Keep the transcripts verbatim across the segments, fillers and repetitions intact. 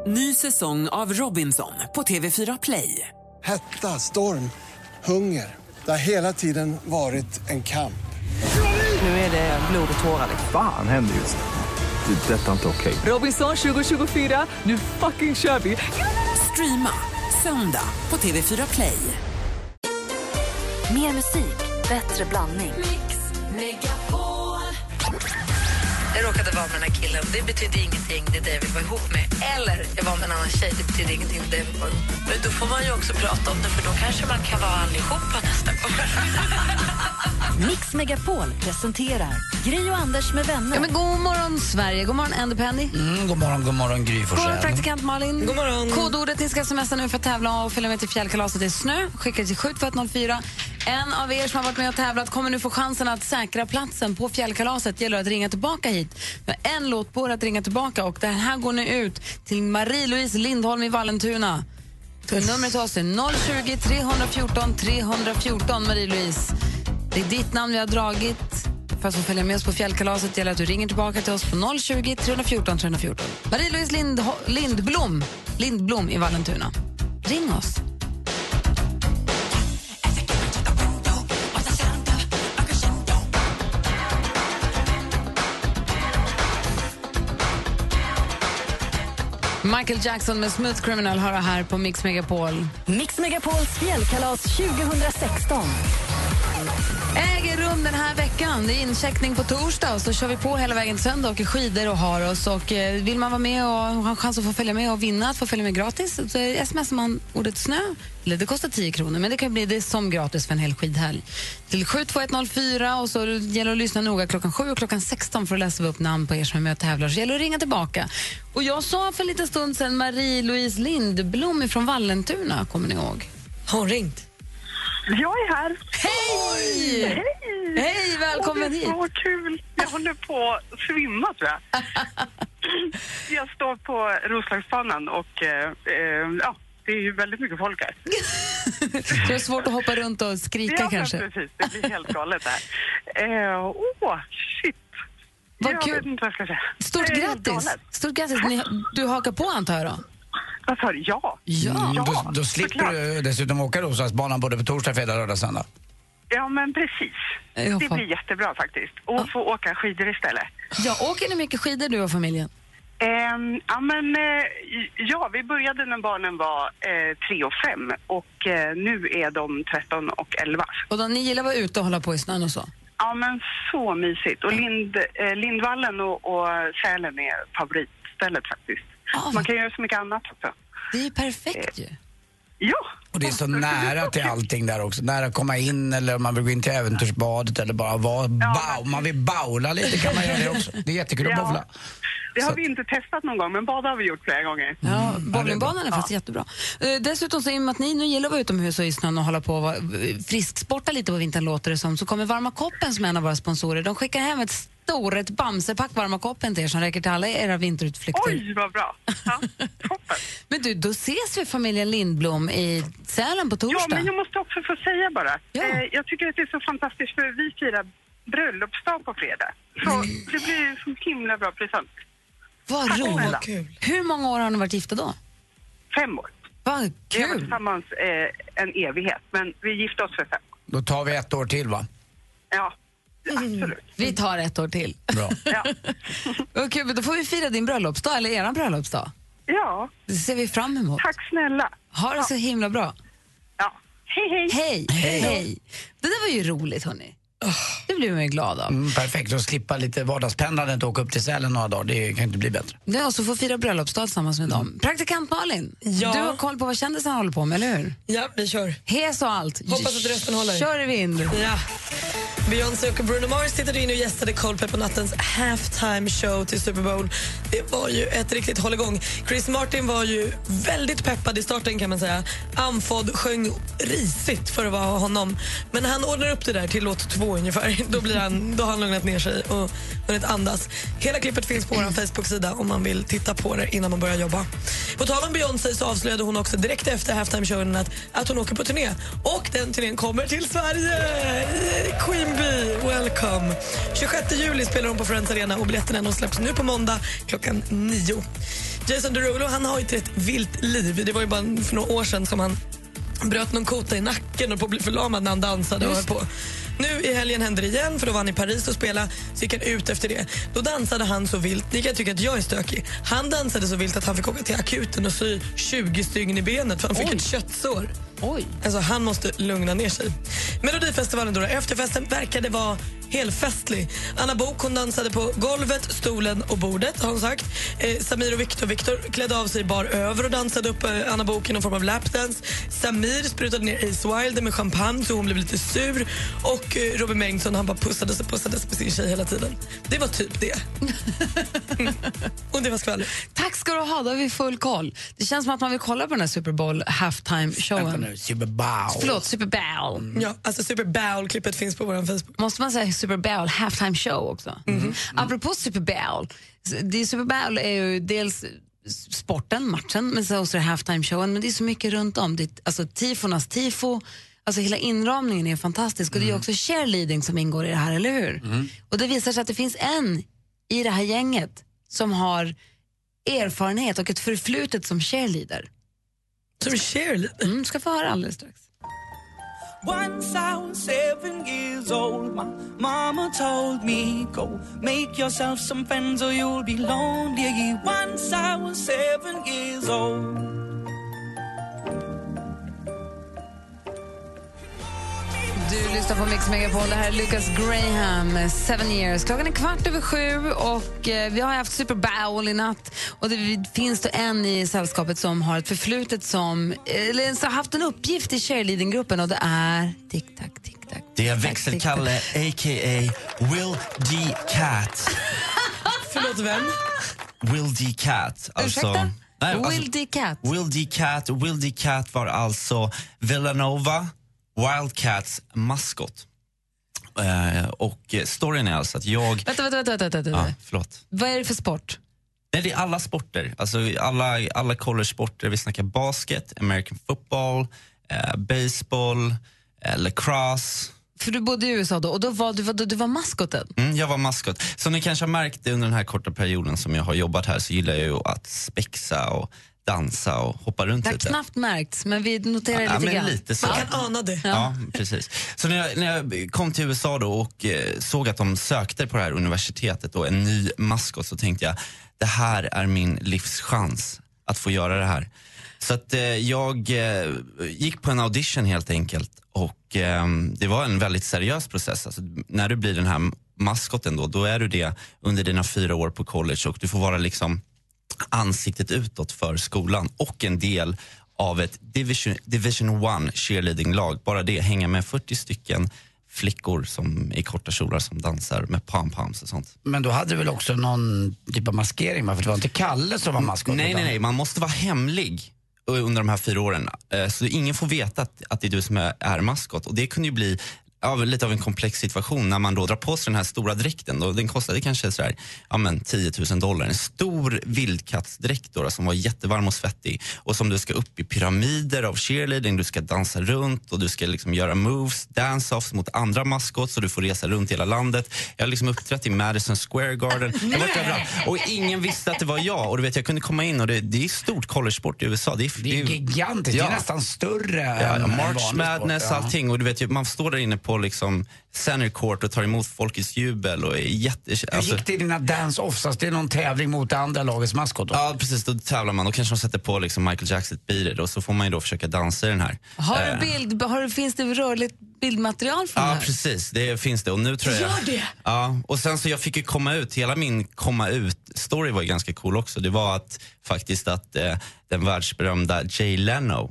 Ny säsong av Robinson på T V fyra Play. Hetta, storm, hunger. Det har hela tiden varit en kamp. Nu är det blod och tårar. Fan händer just det. Det är detta inte okej. Robinson tjugo tjugofyra, nu fucking kör vi. Streama söndag på T V fyra Play. Mer musik, bättre blandning. Mix Megapol. Jag råkade vara med den här killen. Det betyder ingenting, det är det jag vill vara ihop med. Eller jag var med en annan tjej, det betyder ingenting, det är det jag vill vara ihop med. Men då får man ju också prata om det, för då kanske man kan vara allihopa nästa gång. Mix Megapol presenterar Gry och Anders med vänner. Ja, men god morgon Sverige, god morgon Andy Penny. Mm, god morgon, god morgon Gry Forssell. God morgon praktikant Malin. God morgon. Kodordet ni ska smsa nu för att tävla och följa med till fjällkalaset är snö. Skicka till sju två ett noll fyra. En av er som har varit med och tävlat kommer nu få chansen att säkra platsen på fjällkalaset. Gäller att ringa tillbaka hit. Med en låt på att ringa tillbaka och det här går nu ut till Marie-Louise Lindholm i Vallentuna. Numret till oss är noll tjugo, tre fjorton, tre fjorton. Marie-Louise, det är ditt namn vi har dragit. För att få följa med oss på fjällkalaset gäller att du ringer tillbaka till oss på noll tjugo, tre fjorton, tre fjorton. Marie-Louise Lind, Lindblom, Lindblom i Vallentuna. Ring oss. Michael Jackson med Smooth Criminal har här på Mix Megapol. Mix Megapols fjällkalas tjugo sexton. Äger rum den här veckan. Det är incheckning på torsdag och så kör vi på hela vägen till söndag och åker skidor och har oss. Och eh, vill man vara med och ha en chans att få följa med och vinna, att få följa med gratis, så smsar man ordet snö. Eller det kostar tio kronor, men det kan bli det som gratis för en hel skidhelg. Till sju två ett noll fyra och så gäller det att lyssna noga klockan sju och klockan sexton för att läsa upp namn på er som är med och tävlar. Så gäller det att ringa tillbaka. Och jag sa för en liten stund sedan Marie-Louise Lindblom från Vallentuna, kommer ni ihåg? Har hon ringt? Jag är här. Hej! Hej! Hej, välkommen hit. Åh, kul. Jag håller på att svimma, tror jag. Jag står på Roslagsbanan och eh, eh, ja, det är ju väldigt mycket folk här. Det är svårt att hoppa runt och skrika ja, kanske. Ja, precis. Det blir helt galet här. Åh, eh, oh, shit. Vad jag kul. vet inte vad jag ska säga. Stort grattis. Stort grattis. Ni, du hakar på, antar jag då? Vad sa du? Ja. Ja. Mm, ja då, då slipper såklart. du dessutom åka Roslagsbanan både på torsdag, fredag, lördag, söndag. Ja, men precis. Jag Det får- blir jättebra faktiskt. Och Ja. få åka skidor istället. Ja, åker ni mycket skidor du och familjen? Um, ja, men eh, ja, vi började när barnen var eh, tre och fem och eh, nu är de tretton och elva. Och då, ni gillar att vara ute och hålla på i snön och så? Ja, men så mysigt. Och Lind, eh, Lindvallen och, och Sälen är favoritstället faktiskt. Ja, Man kan göra så mycket annat också. det är ju perfekt ju. Ja. Och det är så nära till allting där också. Nära att komma in eller om man vill gå in till äventyrsbadet eller bara vara ba- om man vill baula lite kan man göra det också. Det är jättekul att Ja. bowla. Det har Så. vi inte testat någon gång, men bada har vi gjort flera gånger. Ja, Mm. bowlingbanan Ja, är det är faktiskt jättebra. Uh, dessutom så i och med att ni nu gillar att vara utomhus och i snön och hålla på och vara, uh, frisksporta lite på vintern låter det som, så kommer Varma Koppen som är en av våra sponsorer. De skickar hem ett stort ett Bamsepack Varma Koppen till er som räcker till alla era vinterutflykter. Oj, vad bra. Ja, toppen. Men du, då ses vi familjen Lindblom i Sälen på torsdag. Ja, men jag måste också få säga bara. Ja. Eh, jag tycker att det är så fantastiskt för vi firar bröllopsdag på fredag. Så Mm. det blir en så himla bra present. Vad Tack roligt. snälla. Kul. Hur många år har ni varit gifta då? Fem år. Vad Vi har varit kul. tillsammans eh, en evighet, men vi gifte oss för fem. Då tar vi ett år till, va? Ja, absolut. Vi tar ett år till. Bra. Ja. Vad kul, men då får vi fira din bröllopsdag, eller eran bröllopsdag. Ja, Det ser vi fram emot. tack snälla. Ha det så himla bra. Ja. Hej, hej. Hej, hej. Det där var ju roligt, hörni. Det blir man ju glad av. Mm, perfekt, att slippa lite vardagspendlandet och åka upp till Sälen några dagar. Det kan inte bli bättre. Ja, och så får fira bröllopsdag tillsammans med dem. Praktikant Malin, Ja. du har koll på vad kändisarna håller på med, eller hur? Ja, vi kör. Hes och allt. Hoppas att rösten håller. Kör i vind. Ja. Beyoncé och Bruno Mars tittade in och gästade Coldplay på nattens halftime show till Super Bowl. Det var ju ett riktigt hålligång. Chris Martin var ju väldigt peppad i starten, kan man säga. Andfådd, sjöng risigt för att vara honom. Men han ordnar upp det där till låt två ungefär. Då, blir han, då har han lugnat ner sig och hunnit andas. Hela klippet finns på vår Facebook-sida om man vill titta på det innan man börjar jobba. På tal om Beyoncé så avslöjade hon också direkt efter halftime-showen att, att hon åker på turné. Och den turnén kommer till Sverige! Queen Bee, welcome! tjugosjätte juli spelar hon på Friends Arena och biljetterna de släpps nu på måndag klockan nio. Jason Derulo, han har ju ett rätt vilt liv. Det var ju bara för några år sedan som han bröt någon kota i nacken och på att bli förlamad när han dansade och höll på. Nu i helgen hände det igen, för då var han i Paris och spela, så gick han ut efter det. Då dansade han så vilt, ni kan tycka att jag är stökig. Han dansade så vilt att han fick åka till akuten och sy tjugo stygn i benet för han fick Oj. ett köttsår. Oj. Alltså han måste lugna ner sig. Melodifestivalen då, efterfesten verkade vara helt festlig. Anna Bok, hon dansade på golvet, stolen och bordet, har hon sagt. eh, Samir och Viktor Viktor klädde av sig bar över och dansade upp eh, Anna Bok i någon form av lapdance. Samir sprutade ner Ace Wilder med champagne så hon blev lite sur. Och eh, Robin Bengtsson, han bara pussades och pussades på sin tjej hela tiden. Det var typ det. mm. Och det var skvaller. Tack ska du ha, då har vi full koll. Det känns som att man vill kolla på den här Super Bowl halftime-showen. Super Bowl. Förlåt, Super Bowl. Mm. Ja, alltså Super Bowl-klippet finns på vår Facebook. Måste man säga Super Bowl halftime show också? Mm. Mm. Apropå Super Bowl, det Super Bowl är ju dels sporten, matchen, men så också halftime showen, men det är så mycket runt om. Det, alltså tifornas tifo, alltså hela inramningen är fantastisk och mm. det är också cheerleading som ingår i det här, eller hur? Mm. Och det visar sig att det finns en i det här gänget som har erfarenhet och ett förflutet som cheerleader. Som cheerleader? Mm, ska få höra alldeles strax. Once I was seven years old, my mama told me, go make yourself some friends or you'll be lonely. Once I was seven years old. Du lyssnar på Mix Megapol. Det här är Lucas Graham, Seven Years. Klockan är kvart över sju och eh, vi har haft Super Bowl i natt. Och det finns då en i sällskapet som har ett förflutet som, eller har haft en uppgift i cheerleadinggruppen och det är tic-tac, tic-tac. Det är växelkalle, a k a. Will D. Cat. Förlåt, vem? Will D. Cat. Alltså, Ursäkta? Nej, alltså, Will D. Cat. Will D. Cat. Will D. Cat var alltså Villanova Wildcats maskot. Uh, och storyn är alltså att jag... Vänta, vänta, vänta, vänta, vänta. Ja, förlåt. Vad är det för sport? Nej, det är alla sporter. Alltså alla, alla college-sporter. Vi snackar basket, American football, uh, baseball, uh, lacrosse. För du bodde i U S A då, och då var du, var, du var maskoten? Mm, jag var maskot. Som ni kanske har märkt det under den här korta perioden som jag har jobbat här, så gillar jag ju att spexa och dansa och hoppa runt lite. Det har knappt märkts, men vi noterar ja, lite men grann. Lite så. Man kan ana det. Ja, ja precis. Så när jag, när jag kom till U S A då och eh, såg att de sökte på det här universitetet och en ny maskot, så tänkte jag, det här är min livschans att få göra det här. Så att eh, jag eh, gick på en audition helt enkelt och eh, det var en väldigt seriös process. Alltså, när du blir den här maskoten då, då är du det under dina fyra år på college och du får vara liksom ansiktet utåt för skolan och en del av ett division, division one cheerleading-lag. Bara det, hänga med fyrtio stycken flickor som i korta kjolar som dansar med pom-poms och sånt. Men då hade du väl också någon typ av maskering, för det var inte Kalle som var maskot? Nej, nej, nej, man måste vara hemlig under de här fyra åren. Så ingen får veta att, att det är du som är, är maskot. Och det kunde ju bli ja, lite av en komplex situation när man då drar på sig den här stora dräkten. Då. Den kostade kanske så här, ja, men tio tusen dollar. En stor vildkattsdräkt då, som var jättevarm och svettig. Och som du ska upp i pyramider av cheerleading. Du ska dansa runt och du ska liksom göra moves, dance-offs mot andra maskots. Så du får resa runt hela landet. Jag har liksom uppträtt i Madison Square Garden. Jag var överallt. Och ingen visste att det var jag. Och du vet, jag kunde komma in och det, det är stort college-sport i U S A. Det är, det är gigantiskt, ja. Det är nästan större ja, än March Madness, sport, ja. Allting. Och du vet, man står där inne på liksom center court och tar emot folkets jubel och är jätte... Hur alltså, gick det i dina dance-offs? Alltså, det är någon tävling mot det andra lagets maskot? Ja, precis. Då tävlar man. Då kanske de sätter på liksom Michael Jackson Beat It och så får man ju då försöka dansa i den här. Har du eh. bild, har, finns det rörligt bildmaterial från ja, det här? Ja, precis. Det finns det. Och nu tror jag... Gör det! Ja, och sen så jag fick ju komma ut. Hela min komma ut-story var ju ganska cool också. Det var att faktiskt att eh, den världsberömda Jay Leno,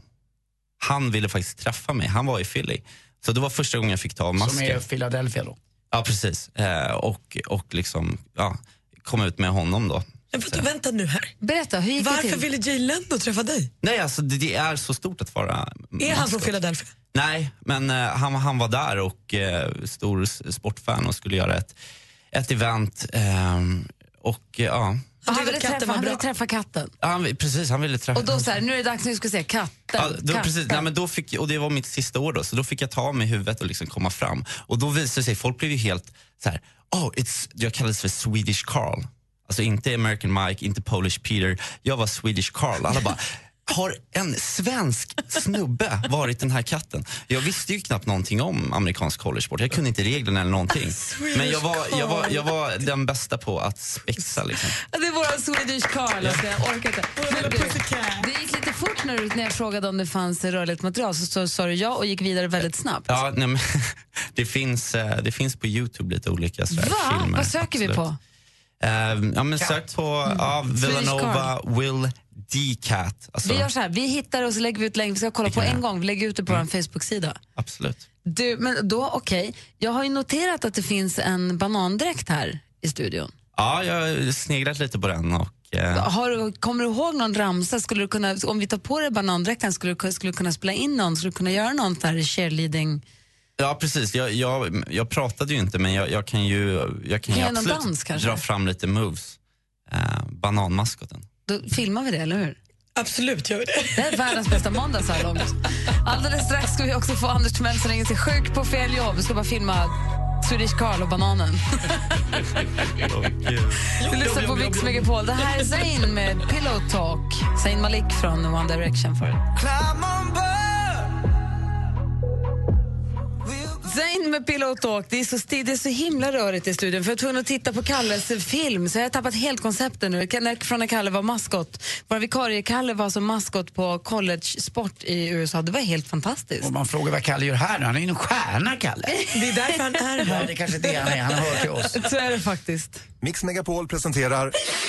han ville faktiskt träffa mig. Han var i Philly. Så det var första gången jag fick ta av masken. Som är Philadelphia då? Ja, precis. Eh, och, och liksom, ja, kom ut med honom då. Vänta, vänta nu här. Berätta, hur gick Varför det till? ville Jay Leno träffa dig? Nej, alltså det, det är så stort att vara Är maskot. han från Philadelphia? Nej, men eh, han, han var där och eh, stor sportfan och skulle göra ett, ett event. Eh, och eh, ja... Han ville, träffa, han ville träffa katten. Han, precis, han ville träffa. Och då så här, nu är det dags, nu ska se katten. Ja, då, katten. precis, nej, men då fick, och det var mitt sista år då, så då fick jag ta av mig huvudet och liksom komma fram. Och då visade sig, folk blev ju helt så här, oh, it's, jag kallades för Swedish Carl. Alltså inte American Mike, inte Polish Peter. Jag var Swedish Carl. Alla bara, har en svensk snubbe varit den här katten? Jag visste ju knappt någonting om amerikansk collegesport. Jag kunde inte reglerna eller någonting. Men jag var, jag var, jag var den bästa på att spexa liksom. Det är våran Swedish Carl, alltså, jag orkar inte. Men du, det gick lite fort när, du, när jag frågade om det fanns rörligt material, så, så sa du ja och gick vidare väldigt snabbt. Ja, nej, men, det, finns, det finns på YouTube lite olika sådär, Va? filmer. Vad söker absolut. vi på? Uh, ja, men sök på Mm. ja, Villanova Will D-Cat. Alltså, Vi gör så här, vi hittar och så lägger vi ut länk. Vi ska kolla på en gång, vi lägger ut det på mm. vår Facebook-sida. Absolut. Du, men då, okej. Okay. Jag har ju noterat att det finns en banandräkt här i studion. Ja, jag har sneglat lite på den. Och, eh... har, kommer du ihåg någon ramsa? Skulle du kunna, om vi tar på dig banandräkten, skulle du, skulle du kunna spela in någon? Skulle du kunna göra någon där cheerleading? Ja, precis. Jag, jag, jag pratade ju inte, men jag, jag kan ju, jag kan ju absolut dans, dra fram lite moves. Eh, bananmaskoten. Då filmar vi det, eller hur? Absolut gör vi det. Det är världens bästa måndag så här långt. Alldeles strax ska vi också få Anders Timell som ringer sig sjuk på fel jobb. Vi ska bara filma Swedish Carl och bananen. Du lyssnar på Mix Megapol. Det här är Zayn med Pillow Talk. Zayn Malik från One Direction för. Zayn med Pillow Talk. Det är, så sti- det är så himla rörigt i studion. För jag var tvungen att titta på Kalles film, så jag har tappat helt konceptet nu. Från när Kalle var maskot. Vår vikarie Kalle var som maskot på college-sport i U S A. Det var helt fantastiskt. Och man frågar vad Kalle gör här nu. Han är ju en stjärna, Kalle. Det är därför han är här. Ja, det är kanske det han är. Han hör till oss. Så är det faktiskt. Mix Megapol presenterar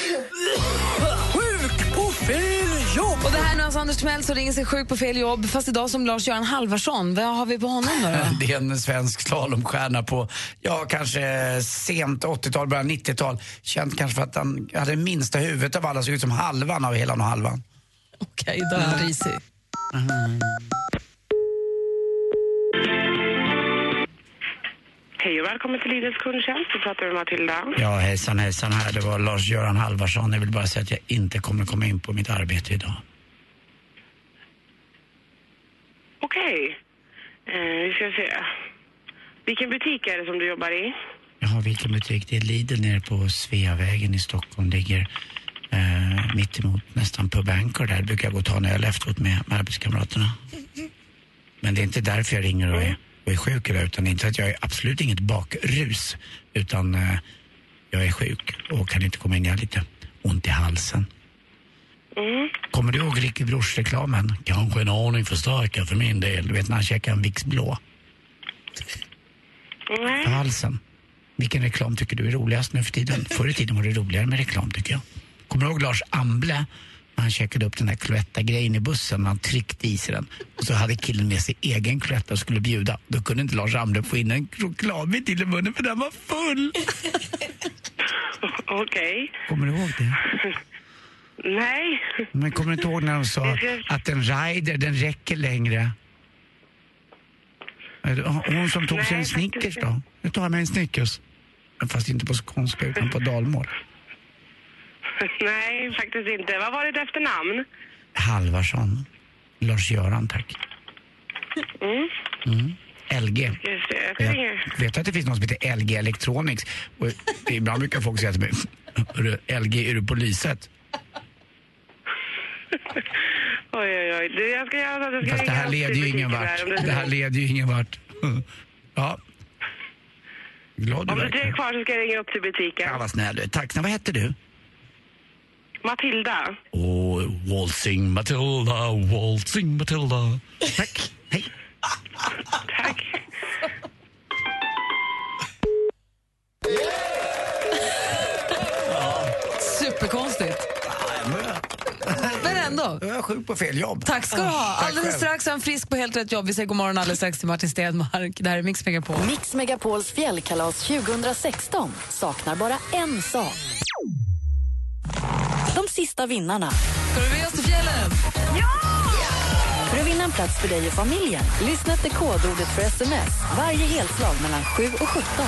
Sjuk på fel jobb. Och det här är nu alltså Anders Timell som ringer sig sjuk på fel jobb. Fast idag som Lars-Göran Halvarsson. Vad har vi på honom då? då? Det är en svensk slalomstjärna på, ja, kanske sent åttiotal, början nittiotal. Känt kanske för att han hade minsta huvudet av alla, såg ut som halvan av hela och halvan. Okej, då är han risig. Mm. Hej och välkommen till Lidls kundtjänst. Du pratar med Matilda. Ja, hejsan, hejsan här. Det var Lars-Göran Halvarsson. Jag vill bara säga att jag inte kommer komma in på mitt arbete idag. Okej. Okay. Eh, vi ska se. Vilken butik är det som du jobbar i? Ja, vilken butik? Det är Lidl nere på Sveavägen i Stockholm. Ligger eh, mitt emot nästan Pub Anchor. Där brukar jag gå och ta en öl efteråt med, med arbetskamraterna. Men det är inte därför jag ringer och är, och är sjuk idag, utan inte att jag är absolut inget bakrus, utan eh, jag är sjuk och kan inte komma in. Jag har lite ont i halsen. Mm. Kommer du ihåg Ricky Brors-reklamen? Kanske en aning för starka för min del. Du vet när han käkar en Vicks blå. Mm. För halsen. Vilken reklam tycker du är roligast nu för tiden? Förr i tiden var det roligare med reklam, tycker jag. Kommer du ihåg Lars Amble? Han checkade upp den här Cloetta-grejen i bussen och han tryckte i sig den. Och så hade killen med sig egen Cloetta och skulle bjuda. Då kunde inte Lars Amble få in en chokladbit till i munnen för den var full. Okej. Okay. Kommer du ihåg det? Nej. Men kommer du inte ihåg när de sa att en rider, den räcker längre? Hon som tog Nej, sig en Snickers då? Nu tar jag mig en Snickers. Fast inte på skånska utan på dalmål. Nej, faktiskt inte. Vad var det efter namn? Halvarsson. Lars-Göran, tack. Mm. Mm. L G. Jag vet att det finns något som heter L G Electronics. Och ibland brukar folk säga till mig, L G, är du på lyset? Oj, oj, oj. Du, jag ska göra det. Fast det här leder ju ingen vart. Det här leder ju ingen vart. Ja. Glad du Om du är kvar så ska jag ringa upp till butiken. Ja, vad snäll du är. Tack. Vad heter du? Matilda. Åh, oh, waltzing Matilda, waltzing Matilda. Tack. Hej. Tack. Superkonstigt. Men ändå. Jag är sjuk på fel jobb. Tack ska du ha. Alldeles strax är han frisk på helt rätt jobb. Vi säger god morgon alldeles strax till Martin Stenmark. Det här är Mix Megapol. Mix Megapols fjällkalas tjugohundrasexton saknar bara en sak. De sista vinnarna. Ska du med oss till fjällen? Ja! För att vinna en plats för dig och familjen, lyssna efter kodordet för sms varje helslag mellan sju och sjutton.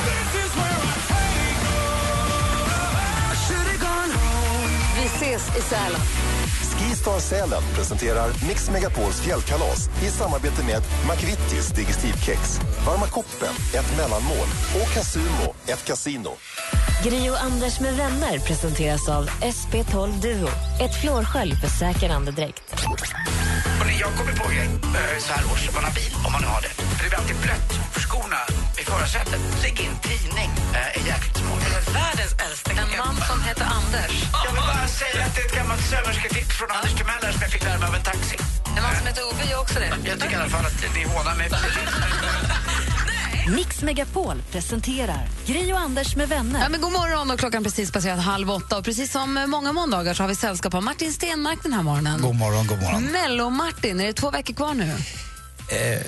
Vi ses i Sälen. Skistar Sälen presenterar Mix Megapols fjällkalas i samarbete med McVittys digestivkex, Varma koppen, ett mellanmål och Casumo, ett kasino. Gri och Anders med vänner presenteras av S P tolv Duo. Ett flårskölj för säker andedräkt. Jag kommer på en grej så här års, man har bil om man nu har det. För det blir alltid blött för skorna i förarsätet. Lägg in tidning, är jäkligt smart. Det är världens äldsta. En man som heter Anders. Jag vill bara säga att det är ett gammalt sömmersketips från Anders Timeller som jag fick lära mig av en taxi. En man som heter Ove gör också det. Jag tycker i alla fall att ni hånar mig. Mix Megapol presenterar Gri och Anders med vänner. Ja, men god morgon, och klockan precis passerat halv åtta. Och precis som många måndagar så har vi sällskap av Martin Stenmark den här morgonen. God morgon, god morgon. Mello-Martin, är det två veckor kvar nu? Eh,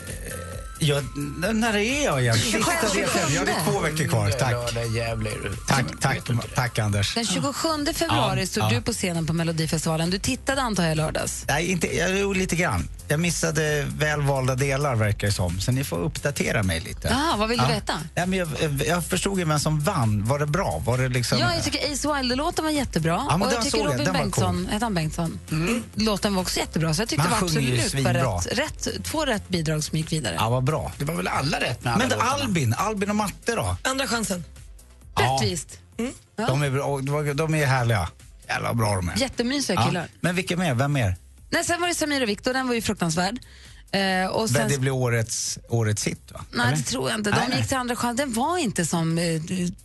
ja, när är jag egentligen? Jag har två veckor kvar, tack. Tack, tack, tack Anders. Den tjugosjunde februari ja, stod ja. du på scenen på Melodifestivalen. Du tittade antar jag lördags? Nej, inte, jag gjorde lite grann. Jag missade välvalda delar verkar det som. Så ni får uppdatera mig lite. Ah, vad vill du ja. veta? Ja, men jag, jag förstod ju vem som vann. Var det bra? Var det liksom... Ja, jag tycker Ace Wilder-låten var jättebra. Ja, men och jag tycker såg Robin jag. Bengtsson, Cool. heter han Bengtsson? Mm. Låten var också jättebra. Så jag tyckte Man det var sjunger ju absolut var svinbra. rätt, rätt, två rätt bidrag som gick vidare. Ja, vad bra. Det var väl alla rätt med alla Men låtarna. Albin, Albin och Matte då? Andra chansen. Rättvist. Mm. Ja. De är bra, de är härliga. Jävla bra de är. Jättemysiga killar. Ja. Men vilka mer? Vem mer? Nej, sen var det Samir och Viktor, den var ju fruktansvärd. Eh, och sen... Men det blir årets, årets hit va? Nej, Eller? det tror jag inte. De Nej, gick nej. till andra chans. Den var inte som eh,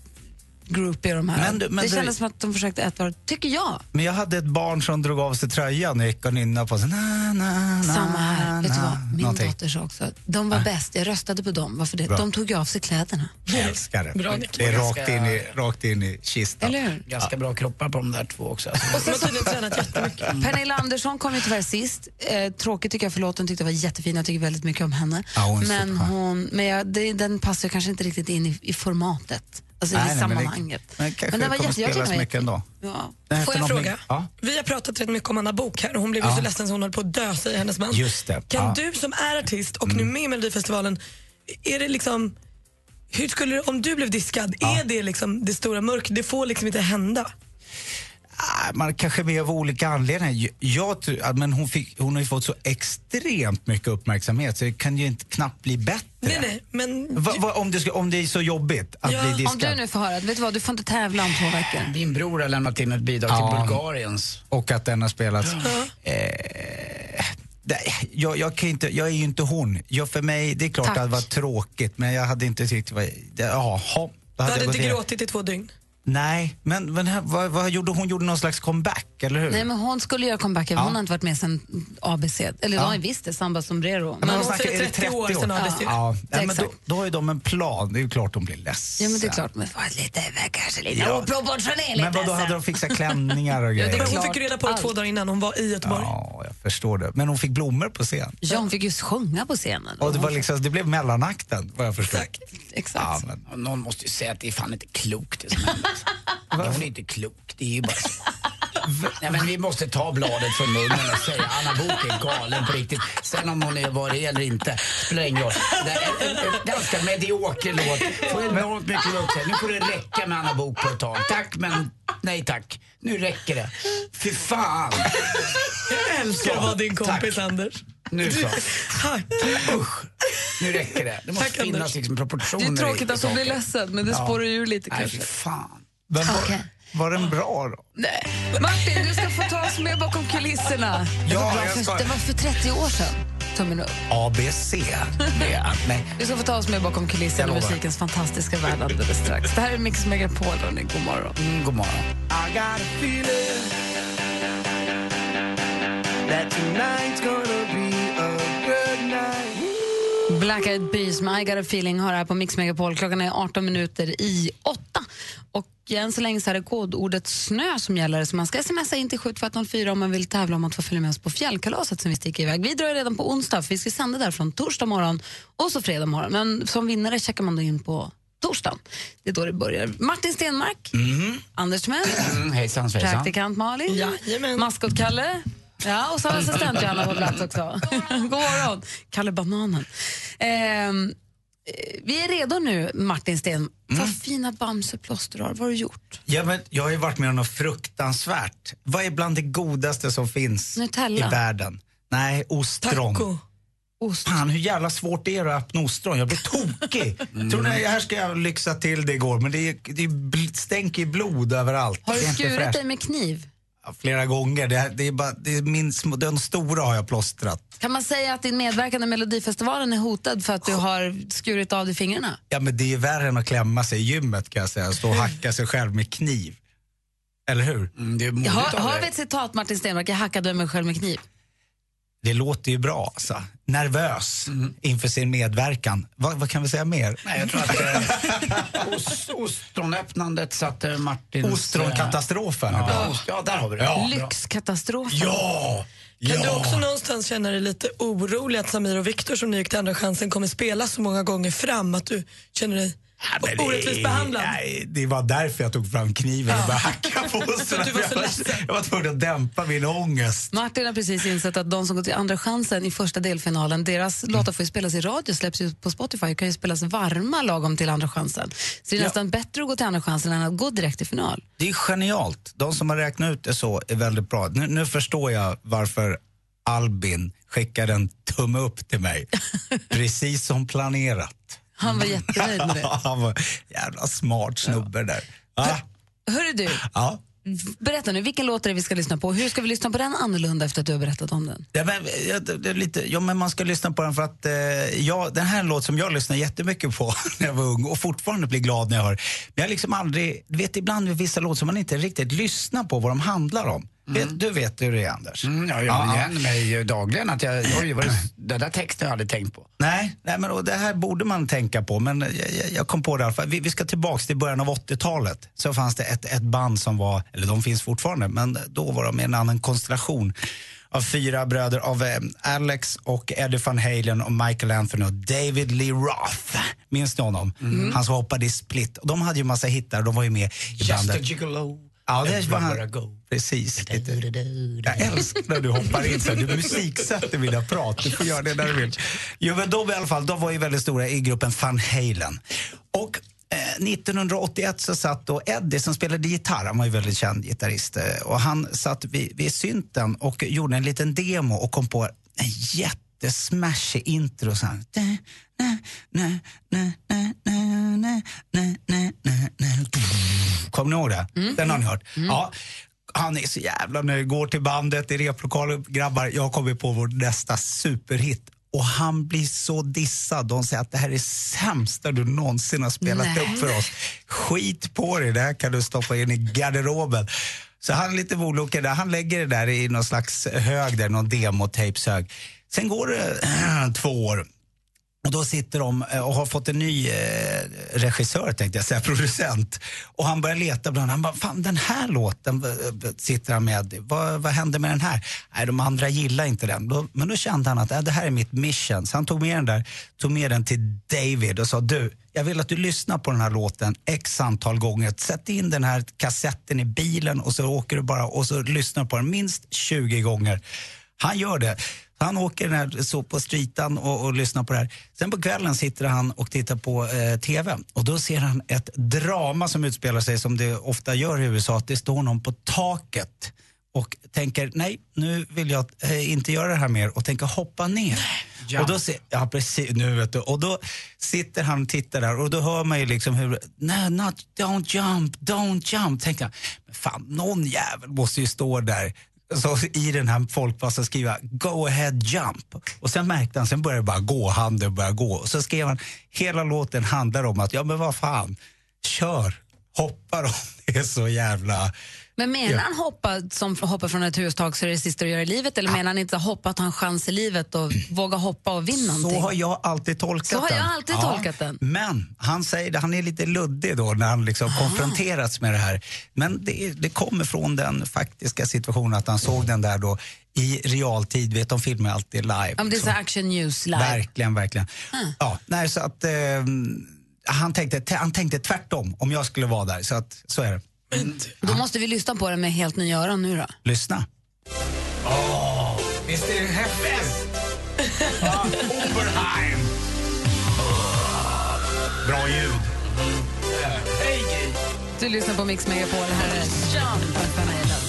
groupie de här. Men du- men det du- kändes som att de försökte ett var, tycker jag. Men jag hade ett barn som drog av sig tröjan och gick och nynnade på sig. Na, na, na, Samma här. Vet du vad? Min någonting. dotter sa också. De var bäst. Jag röstade på dem. Varför det? Bra. De tog ju av sig kläderna. Jag älskar det. Bra, det är rakt in, i, rakt in i kistan. Eller hur? Ganska bra kroppar på de där två också. Alltså. Och sen har tydligen tränat jättemycket. Pernilla Andersson kom ju tyvärr sist. Eh, tråkigt tycker jag för låten. Tyckte jag var jättefin. Jag tycker väldigt mycket om henne. Ja, hon är men superskön. hon, men jag, det, den passar kanske inte riktigt in i, i formatet. Alltså Nej, i nej, men det- sammanhanget. Men kanske den var kommer jätte- jag spelas tycker den var mycket ändå. Ja. Den Får heter jag någonting- fråga? Ja. Vi har pratat rätt mycket om Anna Book här och hon blev ju Ja. så ledsen så hon höll på att dö, säger hennes man. Just det. Kan Ja. du som är artist och nu med i Melodifestivalen, är det liksom, hur skulle det, om du blev diskad, är det liksom det stora mörkret? Det får liksom inte hända. Ah, Man kanske är med av olika anledningar. Jag, jag, tror- ja, men hon, fick, hon har ju fått så extremt mycket uppmärksamhet så det kan ju inte knappt bli bättre. Nej, nej, men... Va, va, om, det ska, om det är så jobbigt att Ja, bli Om diskad. du nu får höra, vet du vad, du får inte tävla om två veckor. Din bror har lämnat in ett bidrag Ja. till Bulgariens. Och att den har spelats. Eh, det, jag, jag, kan inte, jag är ju inte hon. Jag, för mig, det är klart Tack. att det var tråkigt men jag hade inte tyckt det var... Det, jaha, då Du hade hade jag gått inte ner. gråtit i två dygn. Nej, men, men här, vad, vad gjorde hon? Gjorde någon slags comeback, eller hur? Nej, men hon skulle göra comeback. Hon Ja. har inte varit med sen A B C. Eller Ja. ja. visst det, Samba Sombrero. Men hon hon säger snackar, är det trettio år trettio år? sedan A B C. Ja, ja, men då, exakt. då har ju de en plan. Det är ju klart de blir ledsen. Ja, men det är klart, men var lite, kanske lite Ja. oproportionerligt. Men vad då hade de fixat klänningar och Ja, det grejer? är Men hon klart. fick reda på det två Allt. dagar innan hon var i Göteborg. Ja, jag förstår det. Men hon fick blommor på scen. Ja, hon fick ju sjunga på scenen. Och det, var liksom, det blev mellanakten, vad jag förstår. Exakt. Exakt. Ja, men, Och någon måste ju säga att det är fan inte klokt det som händer. Alltså. Hon är inte klok, det är ju bara så. Nej, men vi måste ta bladet från munnen och säga Anna Book är galen på riktigt. Sen om hon är var det eller inte spelar ingen roll. Det är en, en, en ganska medioker låt. Får enormt mycket lukt. Nu får det räcka med Anna Book på ett tag. Tack men nej tack. Nu räcker det. Fy fan. Jag älskar att vara din kompis, Tack. Anders. Nu så. Tack. Usch. Nu räcker det. Det måste Tack, finnas Anders. liksom proportioner. Det är tråkigt i att hon blir saker. ledsen, men det Ja. spårar ur lite Nej, kanske. fy fan. men var, Okej. var den bra då? Nej. Martin, du ska få ta oss med bakom kulisserna. Det Ja, var, bra jag för, ska- det var för trettio år sedan. Tummen upp. A B C. Ja, nej. Du ska få ta oss med bakom kulisserna Jag och lovar. musikens fantastiska värld alldeles strax. Det här är Mix Megapol, hörni. God morgon. Mm, god morgon. I got a feeling that tonight's gonna be a good night. Black Eyed Peas med I got a feeling har här på Mix Megapol. Klockan är arton minuter i åtta. Och än så länge så är det kodordet snö som gäller. Så man ska smsa in till sju två ett noll fyra om man vill tävla om att få följa med oss på fjällkalaset som vi sticker iväg. Vi drar redan på onsdag för vi ska sända där från torsdag morgon och så fredag morgon. Men som vinnare checkar man då in på torsdagen. Det är då det börjar. Martin Stenmark, Mm. Anders Timell, Mm, hejsan svejsan. praktikant Malin, Jajamän. maskot-Kalle. Ja, och så har assistent Johanna på plats också. God morgon, Kalle Bananen. Ehm, eh, vi är redo nu, Martin Sten. Mm. Vad fina bamseplåster du har. Vad har du gjort? Ja, men jag har ju varit med om något fruktansvärt. Vad är bland det godaste som finns Nutella. i världen? Nej, ostron. Taco. Ost. Fan, hur jävla svårt det är att öppna ostron. Jag blir tokig. Mm. Tror ni, här ska jag lyxa till det igår, men det, är, det är stänk i blod överallt. Har du skurit dig med kniv? Ja, flera gånger. Det, är, det är bara, det är min, den stora har jag plåstrat. Kan man säga att din medverkan i Melodifestivalen är hotad för att du har skurit av dig fingrarna? Ja, men det är värre än att klämma sig i gymmet, kan jag säga. Stå och hacka sig själv med kniv. Eller hur? Mm, det är har, har vi ett citat, Martin Stenmark? Jag hackade mig själv med kniv. Det låter ju bra, alltså. Nervös mm. inför sin medverkan. Va, vad kan vi säga mer? Nej, jag tror att eh, ost, ostronöppnandet satte Martins... Ostronkatastrofen. Eh, ja, ost, ja, där har vi det. Ja, lyxkatastrofen. Ja! Kan ja. du också någonstans känna dig lite orolig att Samir och Viktor som ni gick till Andra chansen kommer spela så många gånger fram att du känner dig ja, orättvist behandlad? Nej, det var därför jag tog fram kniven ja. och började hacka på ostron. Du var så ledsen. Jag var tvungen att dämpa min ångest. Martin har precis insett att de som går till Andra chansen i första delfinalen, deras mm. låtar får ju spelas i radio, släpps ju på Spotify, kan ju spelas varma lagom till Andra chansen. Så det är ja. nästan bättre att gå till Andra chansen än att gå direkt till final. Det är genialt. De som har räknat ut det så är väldigt bra. Nu, nu förstår jag varför Albin skickade en tumme upp till mig. Precis som planerat. Han var jättenöjd med det. Han var jävla smart snubbe där. Ah. Hör, hörru du, ja. berätta nu, vilken låt är det vi ska lyssna på? Hur ska vi lyssna på den annorlunda efter att du har berättat om den? Ja, men, det är lite, ja, men man ska lyssna på den för att eh, jag, den här är en låt som jag lyssnar jättemycket på när jag var ung och fortfarande blir glad när jag hör. Men jag har liksom aldrig, du vet ibland med vissa låtar som man inte riktigt lyssnar på vad de handlar om. Mm. Du vet hur det är, Anders. Mm, ja, jag känner mig dagligen att jag, oj, vad det, det där texten jag hade tänkt på. Nej, nej men och det här borde man tänka på, men jag, jag kom på det i alla fall. Vi, vi ska tillbaks till början av åttiotalet. Så fanns det ett, ett band som var, eller de finns fortfarande, men då var de en annan konstellation av fyra bröder av eh, Alex och Eddie Van Halen och Michael Anthony och David Lee Roth. Minns ni honom? Mm. Han som hoppade i Split. Och de hade ju massa hittar, de var ju med i bandet. Just a gigolo. Ja, det var han. Precis. Lite. Jag älskar när du hoppar in så här. Du musiksätter mina prat. Du får göra det när du vill. Jo, men de i alla fall, de var ju väldigt stora i gruppen Van Halen. Och eh, nittonhundraåttioett så satt då Eddie som spelade gitarr. Han var ju väldigt känd gitarrist. Och han satt vid, vid synten och gjorde en liten demo och kom på en jättesmashig intro så här. Kommer ni ihåg det? Mm. Den har ni hört. Mm. Ja, han är så jävla nöjd. Går till bandet i replokalen. Grabbar, jag har kommit på vår nästa superhit. Och han blir så dissad. De säger att det här är sämsta du någonsin har spelat Nej. upp för oss. Skit på dig, det här kan du stoppa in i garderoben. Så han är lite volokad där. Han lägger det där i någon slags hög där, någon demotapeshög. Sen går det äh, två år. Och då sitter de och har fått en ny eh, regissör, tänkte jag säga, producent. Och han börjar leta bland han bara, fan den här låten äh, sitter han med. Vad, vad hände med den här? Nej, de andra gillar inte den. Då, men då kände han att äh, det här är mitt mission. Så han tog med den där, tog med den till David och sa, du, jag vill att du lyssnar på den här låten x antal gånger. Sätt in den här kassetten i bilen och så åker du bara och så lyssnar på den minst tjugo gånger. Han gör det. Han åker den här, så på streetan och, och lyssnar på det här. Sen på kvällen sitter han och tittar på eh, tv. Och då ser han ett drama som utspelar sig som det ofta gör i U S A. Att det står någon på taket och tänker, nej, nu vill jag eh, inte göra det här mer. Och tänker hoppa ner. Ja. Och då ser, ja, precis, nu vet du. Och då sitter han och tittar där och då hör man ju liksom hur, nej, not, don't jump, don't jump. Tänker jag, men fan, någon jävel måste ju stå där. Så i den här folkpassen skriva go ahead jump. Och sen märkte han, sen började det bara gå, handen började gå. Och så skrev han, hela låten handlar om att, ja men vad fan, kör, hoppa då. Det är så jävla... Men menar ja. han hoppa som hoppa från ett hustak så är det sista att göra i livet? Eller ja. menar han inte hoppa att han chans i livet och våga hoppa och vinna så någonting? Så har jag alltid tolkat så den. Så har jag alltid ja. tolkat den. Men han säger det, han är lite luddig då när han liksom konfronterats med det här. Men det, det kommer från den faktiska situationen att han såg den där då i realtid, vet de filmar alltid live. Ja, men det är så action news live. Verkligen, verkligen. Mm. Ja, nej, så att eh, han, tänkte, han tänkte tvärtom om jag skulle vara där, så att så är det. Mm. Då måste vi lyssna på det med helt nya öron nu då. Lyssna. Åh, oh, visst är det häftigt? ah, Oberheim. Oh, bra ljud. Mm. Yeah. Hey, hey. Du lyssnar på Mix Megapol. Här är Jump av Van Halen.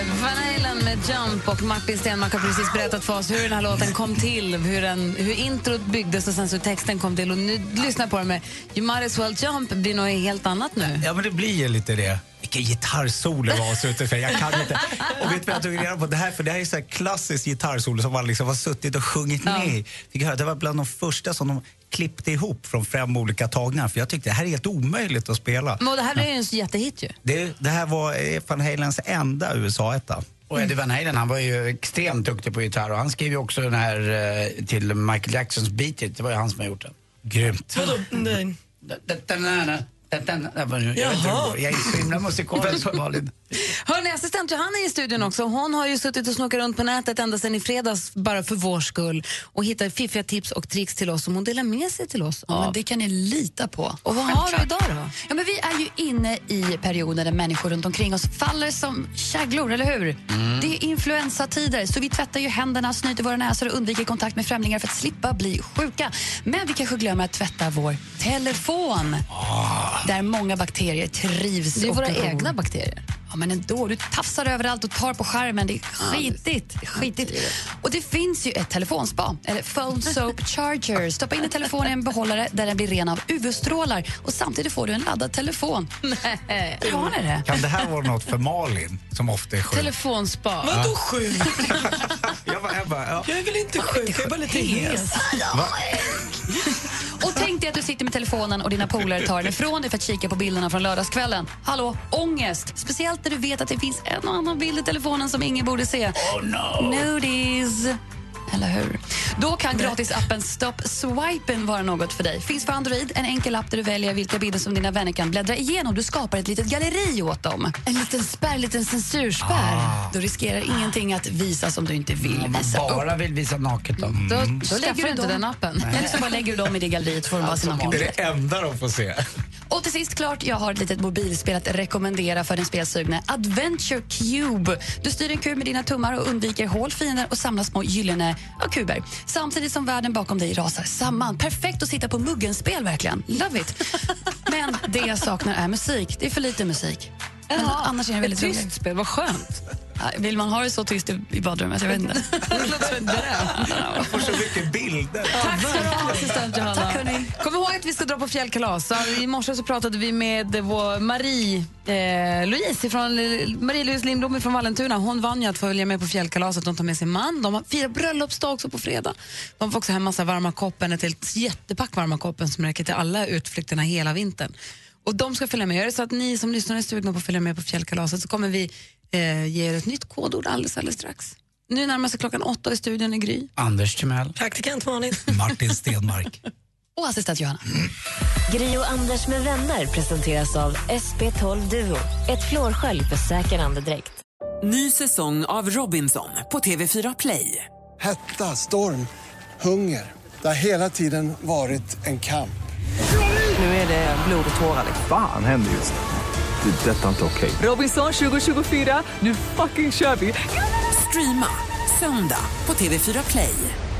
Van Halen med Jump och Martin Stenmark har precis berättat för oss hur den här låten kom till, hur, den, hur introt byggdes och sen så texten kom till. Och nu lyssnar på det med You Might As Well Jump blir något helt annat nu. Ja, men det blir ju lite det. Vilken gitarrsolo var så ute för jag kan inte. Och vet du vad jag tog reda på det här? För det här är så här klassisk gitarrsolo som man liksom har suttit och sjungit Ja. med. Fick höra, det var bland de första som de klippte ihop från fem olika tagningar. För jag tyckte det här är helt omöjligt att spela. Men det här blev ju en jättehit ju. Det, det här var eh, Van Halens enda U S A-etta. Och Eddie Van Halen, han var ju extremt duktig på gitarr och han skrev ju också den här eh, till Michael Jacksons Beat It. Det var ju han som har gjort den. Grymt. Vadå? Nej. Jag vet inte, jag är så himla musikalisk Malin. Hörrni, assistent Johanna är i studion också. Hon har ju suttit och snokat runt på nätet ända sedan i fredags bara för vår skull och hittat fiffiga tips och tricks till oss som hon delar med sig till oss. Ja, men det kan ni lita på. Och vad har vi idag då? Ja, men vi är ju inne i perioder där människor runt omkring oss faller som käglor, eller hur? Mm. Det är influensatider, så vi tvättar ju händerna, snyter våra näsor och undviker kontakt med främlingar för att slippa bli sjuka. Men vi kanske glömmer att tvätta vår telefon. Oh. Där många bakterier trivs. Det är våra och egna bakterier. Ja, men ändå, du tafsar överallt och tar på skärmen. Det är skitigt. Det är skitigt. Och det finns ju ett telefonspa, eller phone soap charger. Stoppa in en telefon i en behållare där den blir ren av U V-strålar och samtidigt får du en laddad telefon. Nej. Hur har ni det? Kan det här vara något för Malin som ofta är sjuk? Telefonspa. Vadå sjuk? jag, bara, jag, bara, ja. jag är väl inte sjuk, jag är bara lite hes. Och tänk dig att du sitter med telefonen och dina polare tar den ifrån dig för att kika på bilderna från lördagskvällen. Hallå, ångest. Speciellt när du vet att det finns en och annan bild i telefonen som ingen borde se. Oh no. Nudies. Eller hur? Då kan gratisappen Stop Swipen vara något för dig. Finns för Android en enkel app där du väljer vilka bilder som dina vänner kan bläddra igenom. Du skapar ett litet galleri åt dem. En liten spärr, en liten censurspärr. Ah. Då riskerar ingenting att visa som du inte vill Om man visa bara upp. vill visa naket då. Då, Då då lägger lägger du du inte dem. den appen. Eller så bara lägger du dem i det galleriet för att bara se naken. Det är det enda de får se. Och till sist klart, jag har ett litet mobilspel att rekommendera för den spelsugne. Adventure Cube. Du styr en kub med dina tummar och undviker hål, fiender och samlar små gyllene ja, kuber. Samtidigt som världen bakom dig rasar samman. Perfekt att sitta på muggenspel verkligen. Love it. Men det jag saknar är musik. Det är för lite musik. Men Ja, annars är det väldigt ett tyst roligt. spel, vad skönt. Ja, vill man ha det så tyst i, i badrummet? Jag vet inte. Det låter som en dröm. Jag får så mycket bilder. Tack ska du ha, assistent Johanna. Tack, hörni. Kom ihåg att vi ska dra på fjällkalas. Så I morse så pratade vi med vår Marie eh, Louise från Marie-Louise Lindblom från Vallentuna. Hon vann ju att följa med på fjällkalaset. De tar med sin man. De har fyra bröllopsdag också på fredag. De får också hem massa varma koppen, ett helt jättepack varma koppen som räcker till alla utflykterna hela vintern. Och de ska följa med. Är det så att ni som lyssnar är sugna på att följa med på fjällkalaset så kommer vi eh, ge er ett nytt kodord alldeles, alldeles strax. Nu närmar sig klockan åtta i studion i Gry. Anders Timell. Praktikant Malin. Martin Stenmark. Och assistent Johanna. Gry och Anders med vänner presenteras av S P tolv Duo. Ett flårskölj för säker andedräkt. Ny säsong av Robinson på T V fyra Play. Hetta, storm, hunger. Det har hela tiden varit en kamp. Nu är det blod och tårar. Fan händer just det. Det är detta inte okej. Robinson tjugo tjugofyra, nu fucking kör vi. Streama söndag på T V fyra Play.